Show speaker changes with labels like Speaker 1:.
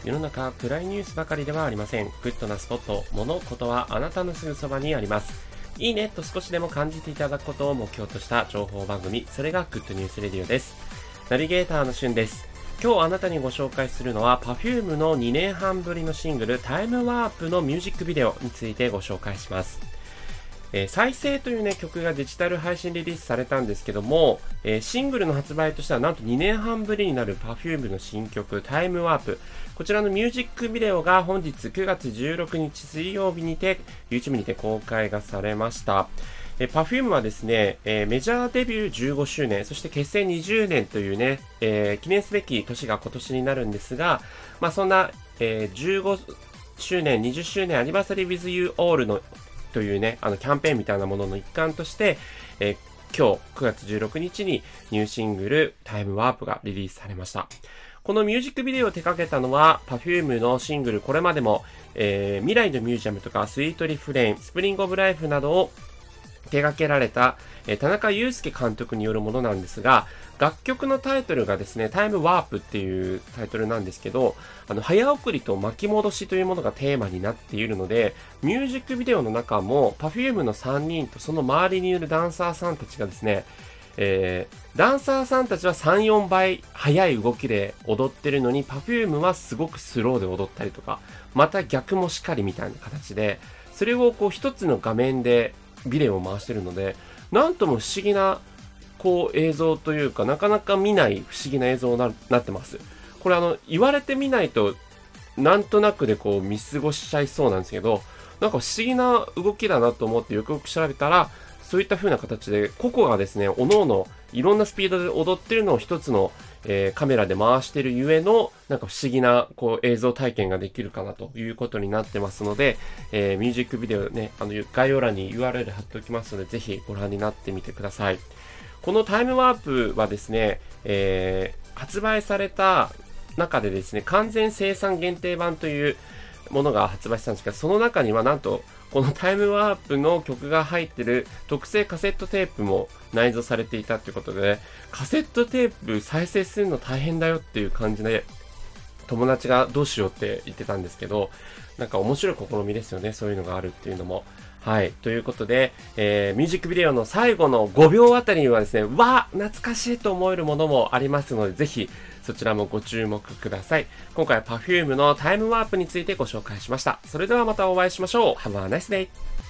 Speaker 1: 世の中暗いニュースばかりではありません。グッドなスポット、物事はあなたのすぐそばにあります。いいねと少しでも感じていただくことを目標とした情報番組、それがグッドニュースレディオです。ナビゲーターのしゅんです。今日あなたにご紹介するのは Perfume の2年半ぶりのシングルタイムワープのミュージックビデオについてご紹介します。再生というね曲がデジタル配信リリースされたんですけども、シングルの発売としてはなんと2年半ぶりになる Perfume の新曲タイムワープ、こちらのミュージックビデオが本日9月16日水曜日にて YouTube にて公開がされました。Perfume はですね、メジャーデビュー15周年、そして結成20年というね、記念すべき年が今年になるんですが、そんな、15周年、20周年アニバーサリー with you all のというね、キャンペーンみたいなものの一環として、今日9月16日にニューシングルタイムワープがリリースされました。このミュージックビデオを手掛けたのは Perfume のシングル、これまでも、未来のミュージアムとかスイートリフレイン、スプリングオブライフなどを手掛けられた、田中裕介監督によるものなんですが、楽曲のタイトルがですね、タイムワープっていうタイトルなんですけど、早送りと巻き戻しというものがテーマになっているので、ミュージックビデオの中も Perfume の3人とその周りにいるダンサーさんたちがですね、ダンサーさんたちは3、4倍速い動きで踊ってるのに Perfume はすごくスローで踊ったりとか、また逆もしかりみたいな形で、それをこう一つの画面でビデオを回してるので、なんとも不思議なこう映像というか、なかなか見ない不思議な映像になってます。これ言われてみないとなんとなくでこう見過ごしちゃいそうなんですけど、なんか不思議な動きだなと思ってよくよく調べたら、そういった風な形で個々がですね、各々いろんなスピードで踊ってるのを一つの、カメラで回してるゆえのなんか不思議なこう映像体験ができるかなということになってますので、ミュージックビデオね、概要欄に URL 貼っておきますので、ぜひご覧になってみてください。このタイムワープはですね、発売された中でですね、完全生産限定版というものが発売したんですけど、その中にはなんとこのタイムワープの曲が入ってる特製カセットテープも内蔵されていたということで、カセットテープ再生するの大変だよっていう感じで友達がどうしようって言ってたんですけど、なんか面白い試みですよね、そういうのがあるっていうのも。はい。ということで、ミュージックビデオの最後の5秒あたりにはですね、懐かしいと思えるものもありますので、ぜひそちらもご注目ください。今回は Perfume のタイムワープについてご紹介しました。それではまたお会いしましょう。Have a nice day!